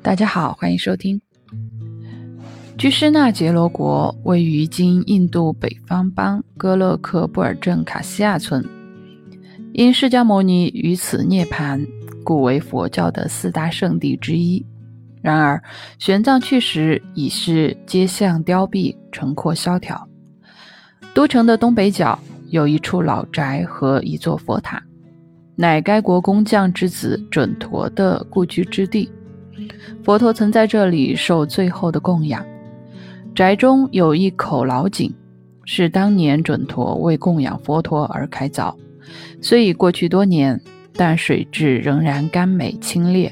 大家好，欢迎收听。居士那杰罗国位于今印度北方邦哥勒克布尔镇卡西亚村，因释迦牟尼于此涅槃，故为佛教的四大圣地之一。然而玄奘去时已是街巷凋敝，城廓萧条。都城的东北角有一处老宅和一座佛塔，乃该国工匠之子准陀的故居之地。佛陀曾在这里受最后的供养。宅中有一口老井，是当年准陀为供养佛陀而开凿，虽已过去多年，但水质仍然甘美清冽。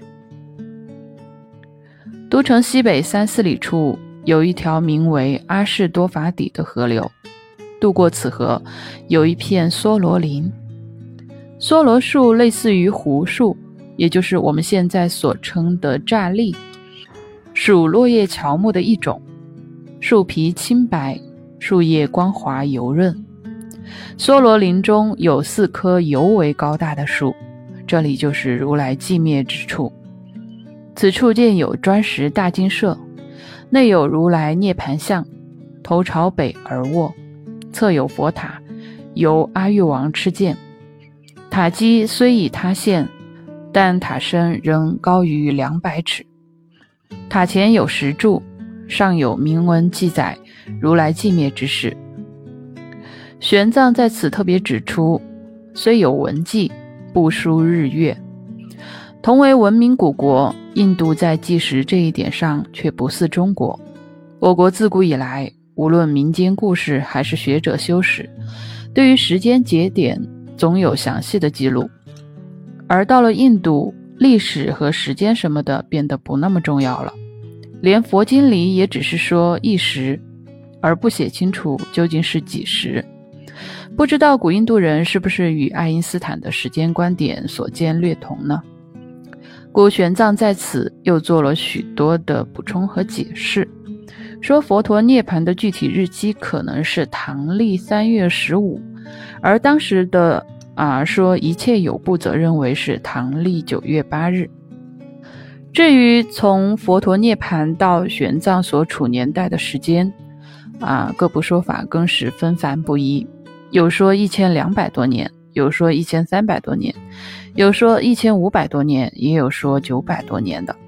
都城西北3-4里处有一条名为阿士多法底的河流，渡过此河有一片梭罗林。梭罗树类似于胡树，也就是我们现在所称的乍栗，属落叶乔木的一种，树皮清白，树叶光滑油润。梭罗林中有4棵尤为高大的树，这里就是如来寂灭之处。此处建有砖石大精舍，内有如来涅盘像，头朝北而卧，侧有佛塔，由阿育王敕建。塔基虽已塌陷，但塔身仍高于200尺。塔前有石柱，上有铭文记载如来寂灭之事。玄奘在此特别指出，虽有文记，不输日月。同为文明古国，印度在计时这一点上却不似中国。我国自古以来，无论民间故事还是学者修史，对于时间节点总有详细的记录。而到了印度，历史和时间什么的变得不那么重要了，连佛经里也只是说一时，而不写清楚究竟是几时。不知道古印度人是不是与爱因斯坦的时间观点所见略同呢？故玄奘在此又做了许多的补充和解释，说佛陀涅槃的具体日期可能是唐历3月15，而当时的说一切有部则认为是唐历9月8日。至于从佛陀涅槃到玄奘所处年代的时间各部说法更是纷繁不一，有说1200多年，有说1300多年，有说1500多年，也有说900多年的。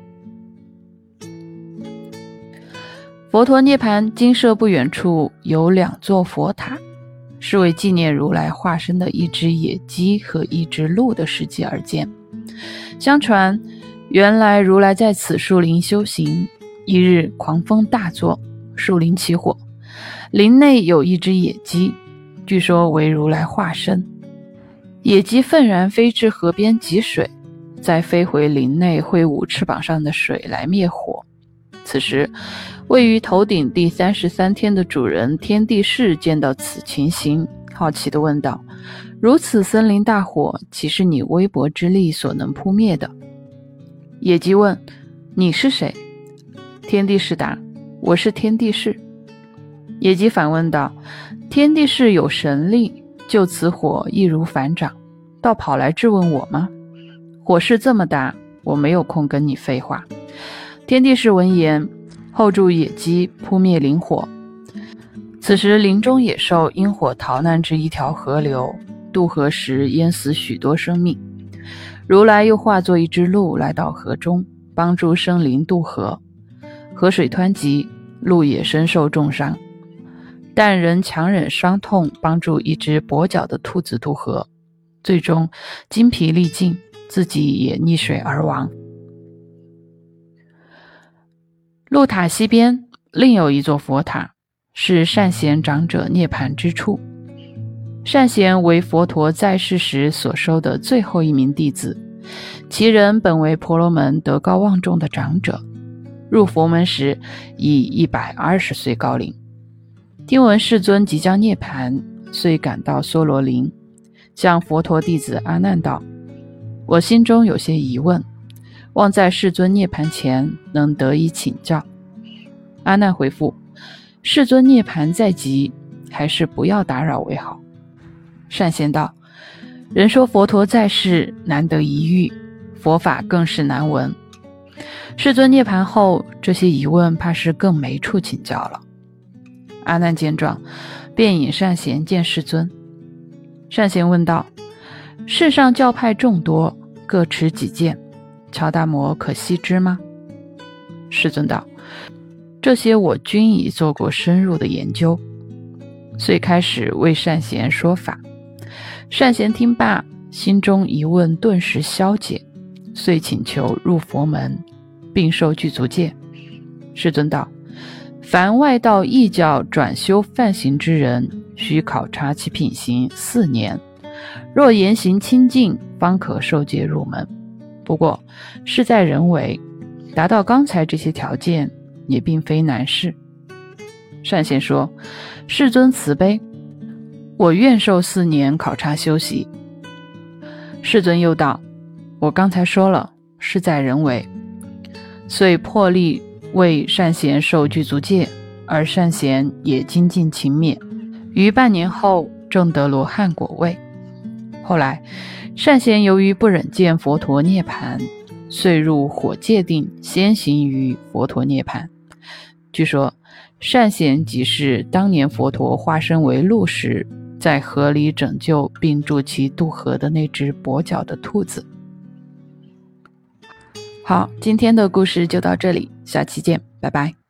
佛陀涅槃精舍不远处有2座佛塔，是为纪念如来化身的一只野鸡和一只鹿的事迹而建。相传原来如来在此树林修行，一日狂风大作，树林起火，林内有一只野鸡，据说为如来化身。野鸡愤然飞至河边汲水，再飞回林内挥舞翅膀上的水来灭火。此时位于头顶第33天的主人天地士见到此情形，好奇地问道：如此森林大火，岂是你微薄之力所能扑灭的？野鸡问：你是谁？天地士答：我是天地士。野鸡反问道：天地士有神力，就此火易如反掌，倒跑来质问我吗？火势这么大，我没有空跟你废话。天地士闻言，后助野鸡扑灭林火。此时林中野兽因火逃难至一条河流，渡河时淹死许多生命。如来又化作一只鹿来到河中，帮助生灵渡河。河水湍急，鹿也身受重伤，但仍强忍伤痛，帮助一只跛脚的兔子渡河，最终精疲力尽，自己也溺水而亡。鹿塔西边另有一座佛塔，是善贤长者涅槃之处。善贤为佛陀在世时所收的最后一名弟子，其人本为婆罗门德高望重的长者，入佛门时已120岁高龄。听闻世尊即将涅槃，遂赶到梭罗林，向佛陀弟子阿难道：我心中有些疑问，望在世尊涅槃前能得以请教。阿难回复：世尊涅槃在即，还是不要打扰为好。善贤道：人说佛陀在世难得一遇，佛法更是难闻。 世尊涅槃后，这些疑问怕是更没处请教了。阿难见状，便引善贤见世尊。善贤问道：世上教派众多，各持己见，乔达摩可悉知吗？世尊道：这些我均已做过深入的研究，遂开始为善贤说法。善贤听罢，心中疑问顿时消解，遂请求入佛门，并受具足戒。世尊道：凡外道异教转修梵行之人，须考察其品行4年，若言行清净，方可受戒入门。不过事在人为，达到刚才这些条件也并非难事。善贤说：世尊慈悲，我愿受4年考察修习。世尊又道：我刚才说了，事在人为，遂破例为善贤受具足戒，而善贤也精进勤勉，于半年后证得罗汉果位。后来善贤由于不忍见佛陀涅槃，遂入火戒定，先行于佛陀涅槃。据说善贤即是当年佛陀化身为鹿时，在河里拯救并助其渡河的那只跛脚的兔子。好，今天的故事就到这里，下期见，拜拜。